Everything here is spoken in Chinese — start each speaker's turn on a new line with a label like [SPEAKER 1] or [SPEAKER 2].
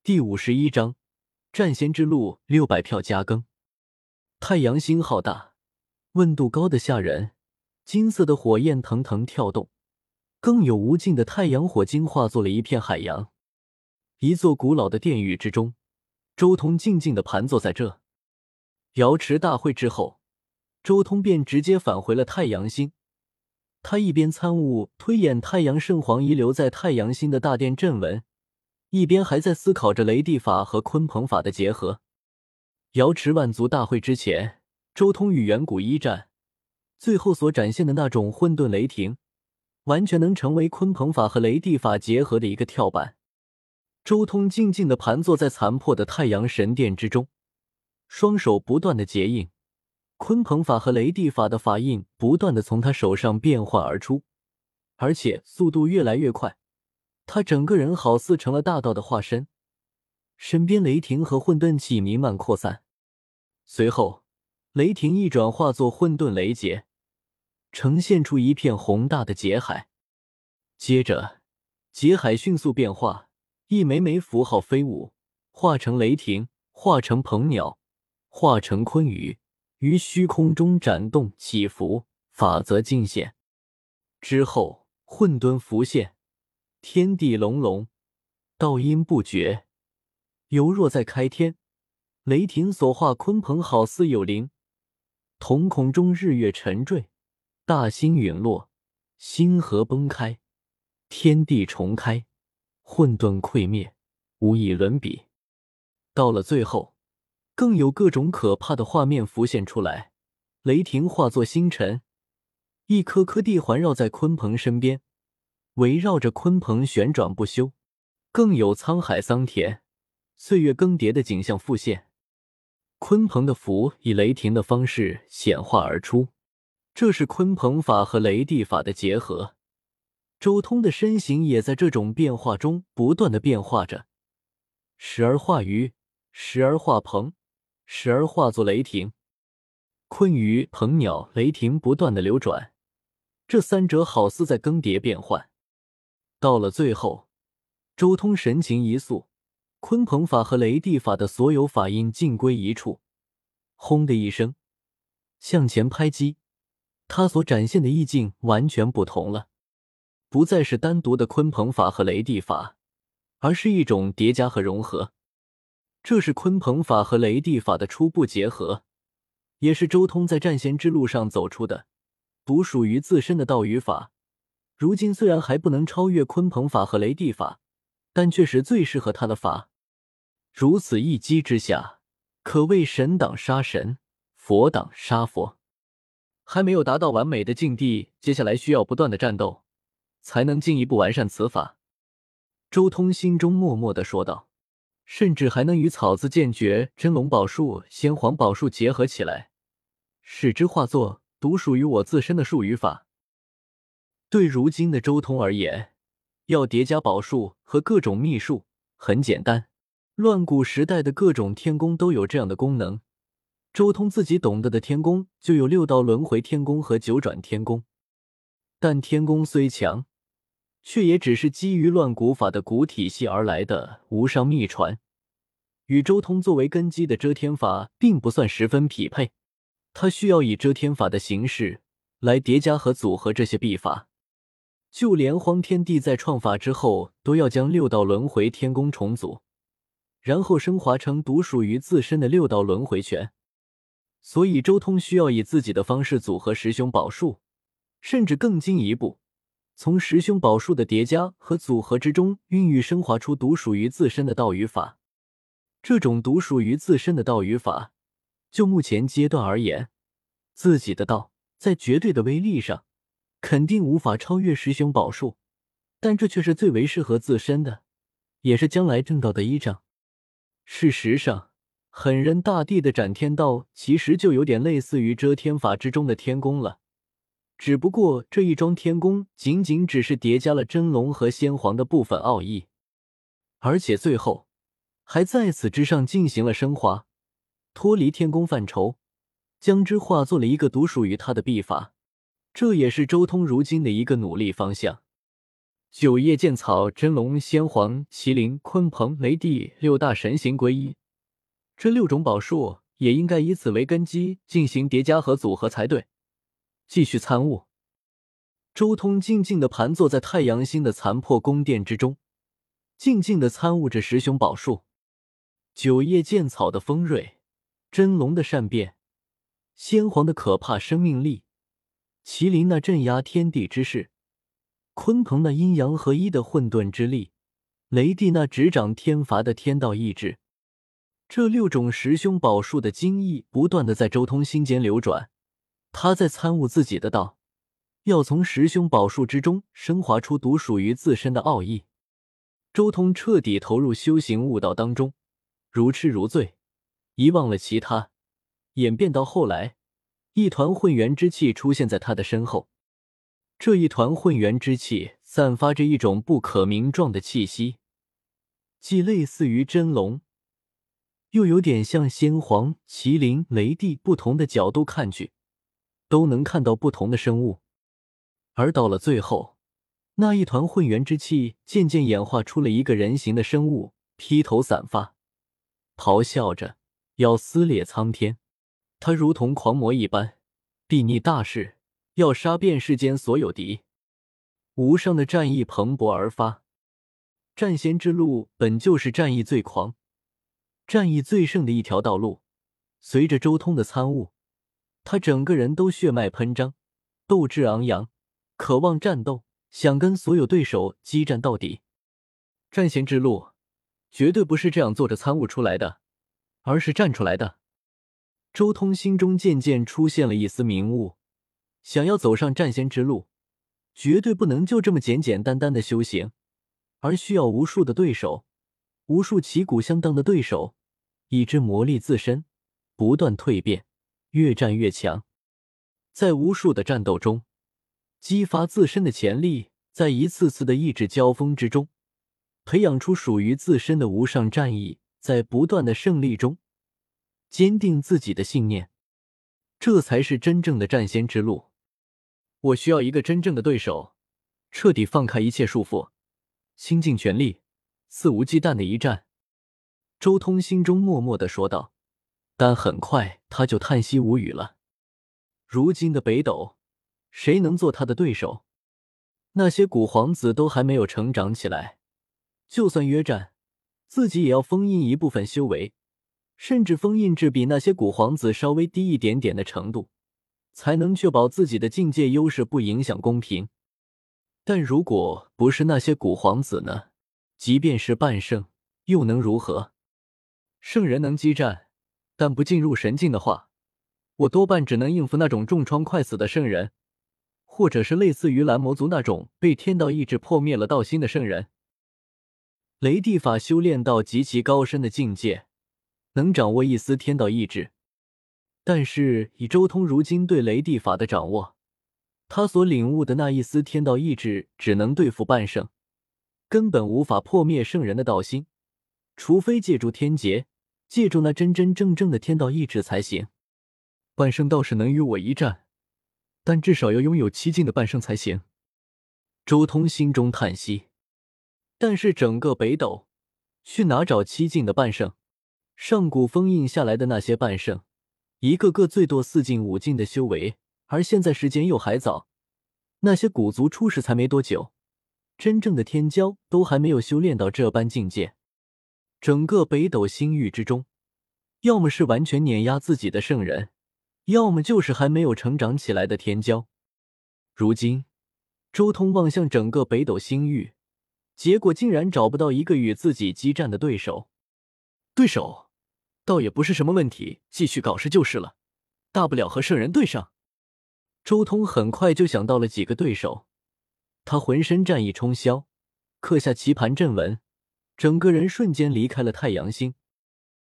[SPEAKER 1] 第51章战仙之路600票加更。太阳星浩大，温度高的吓人，金色的火焰腾腾跳动，更有无尽的太阳火晶化作了一片海洋。一座古老的殿宇之中，周通静静地盘坐在这。瑶池大会之后，周通便直接返回了太阳星。他一边参悟推演太阳圣皇遗留在太阳星的大殿阵纹，一边还在思考着雷帝法和鲲鹏法的结合。瑶池万族大会之前，周通与远古一战，最后所展现的那种混沌雷霆，完全能成为鲲鹏法和雷帝法结合的一个跳板。周通静静地盘坐在残破的太阳神殿之中，双手不断地结印，鲲鹏法和雷帝法的法印不断地从他手上变换而出，而且速度越来越快。他整个人好似成了大道的化身，身边雷霆和混沌气弥漫扩散。随后，雷霆一转化作混沌雷劫，呈现出一片宏大的劫海。接着，劫海迅速变化，一枚枚符号飞舞，化成雷霆，化成鹏鸟，化成鲲鱼，于虚空中展动起伏，法则尽显。之后，混沌浮现，天地隆隆，道音不绝，犹若在开天。雷霆所化鲲鹏好似有灵，瞳孔中日月沉坠，大星陨落，星河崩开，天地重开，混沌溃灭，无以伦比。到了最后，更有各种可怕的画面浮现出来，雷霆化作星辰，一颗颗地环绕在鲲鹏身边，围绕着鲲鹏旋转不休，更有沧海桑田、岁月更迭的景象复现。鲲鹏的符以雷霆的方式显化而出，这是鲲鹏法和雷帝法的结合。周通的身形也在这种变化中不断的变化着，时而化鱼，时而化鹏，时而化作雷霆。鲲鱼、鹏鸟、雷霆不断的流转，这三者好似在更迭变换。到了最后，周通神情一肃，鲲鹏法和雷帝法的所有法印尽归一处，轰的一声，向前拍击，他所展现的意境完全不同了，不再是单独的鲲鹏法和雷帝法，而是一种叠加和融合。这是鲲鹏法和雷帝法的初步结合，也是周通在战仙之路上走出的独属于自身的道与法。如今虽然还不能超越鲲鹏法和雷帝法，但却是最适合他的法。如此一击之下，可谓神挡杀神，佛挡杀佛。还没有达到完美的境地，接下来需要不断的战斗，才能进一步完善此法。周通心中默默地说道，甚至还能与草字剑诀、真龙宝术、先皇宝术结合起来，使之化作独属于我自身的术语法。对如今的周通而言，要叠加宝术和各种秘术很简单，乱古时代的各种天宫都有这样的功能。周通自己懂得的天宫就有六道轮回天宫和九转天宫，但天宫虽强，却也只是基于乱古法的古体系而来的无上秘传，与周通作为根基的遮天法并不算十分匹配。他需要以遮天法的形式来叠加和组合这些秘法。就连荒天帝在创法之后都要将六道轮回天宫重组，然后升华成独属于自身的六道轮回拳。所以周通需要以自己的方式组合十凶宝术，甚至更进一步，从十凶宝术的叠加和组合之中孕育升华出独属于自身的道与法。这种独属于自身的道与法，就目前阶段而言，自己的道在绝对的威力上肯定无法超越十凶宝术，但这却是最为适合自身的，也是将来正道的依仗。事实上，狠人大帝的斩天道其实就有点类似于遮天法之中的天宫了，只不过这一桩天宫仅仅只是叠加了真龙和先皇的部分奥义，而且最后还在此之上进行了升华，脱离天宫范畴，将之化作了一个独属于他的秘法。这也是周通如今的一个努力方向。 九叶剑草、真龙、仙皇、麒麟、鲲鹏、雷帝六大神形归一，这6种宝术也应该以此为根基进行叠加和组合才对。继续参悟。周通静静地盘坐在太阳星的残破宫殿之中，静静地参悟着十凶宝术。九叶剑草的锋锐，真龙的善变，仙皇的可怕生命力，麒麟那镇压天地之势，鲲鹏那阴阳合一的混沌之力，雷帝那执掌天罚的天道意志。这6种十凶宝术的精义不断地在周通心间流转，他在参悟自己的道，要从十凶宝术之中升华出独属于自身的奥义。周通彻底投入修行悟道当中，如痴如醉，遗忘了其他，演变到后来，一团混元之气出现在他的身后。这一团混元之气散发着一种不可名状的气息，既类似于真龙，又有点像仙皇、麒麟、雷帝，不同的角度看去，都能看到不同的生物。而到了最后，那一团混元之气渐渐演化出了一个人形的生物，披头散发，咆哮着要撕裂苍天。他如同狂魔一般，睥睨大势，要杀遍世间所有敌。无上的战意蓬勃而发。战仙之路本就是战意最狂、战意最盛的一条道路。随着周通的参悟，他整个人都血脉喷张，斗志昂扬，渴望战斗，想跟所有对手激战到底。战仙之路绝对不是这样坐着参悟出来的，而是战出来的。周通心中渐渐出现了一丝明悟，想要走上战仙之路，绝对不能就这么简简单单的修行，而需要无数的对手，无数旗鼓相当的对手，以致磨砺自身，不断蜕变，越战越强。在无数的战斗中，激发自身的潜力，在一次次的意志交锋之中，培养出属于自身的无上战意，在不断的胜利中坚定自己的信念，这才是真正的战仙之路。我需要一个真正的对手，彻底放开一切束缚，倾尽全力，肆无忌惮的一战。周通心中默默地说道，但很快他就叹息无语了。如今的北斗，谁能做他的对手？那些古皇子都还没有成长起来，就算约战，自己也要封印一部分修为，甚至封印至比那些古皇子稍微低一点点的程度，才能确保自己的境界优势不影响公平。但如果不是那些古皇子呢？即便是半圣，又能如何？圣人能激战，但不进入神境的话，我多半只能应付那种重创快死的圣人，或者是类似于蓝魔族那种被天道意志破灭了道心的圣人。雷帝法修炼到极其高深的境界，能掌握一丝天道意志，但是以周通如今对雷帝法的掌握，他所领悟的那一丝天道意志只能对付半圣，根本无法破灭圣人的道心，除非借助天劫，借助那真真正正的天道意志才行。半圣倒是能与我一战，但至少要拥有7境的半圣才行。周通心中叹息。但是整个北斗，去哪找7境的半圣？上古封印下来的那些半圣，一个个最多4境5境的修为，而现在时间又还早，那些古族出世才没多久，真正的天骄都还没有修炼到这般境界。整个北斗星域之中，要么是完全碾压自己的圣人，要么就是还没有成长起来的天骄。如今周通望向整个北斗星域，结果竟然找不到一个与自己激战的对手。对手倒也不是什么问题，继续搞事就是了，大不了和圣人对上。周通很快就想到了几个对手，他浑身战意冲霄，刻下棋盘阵纹，整个人瞬间离开了太阳星，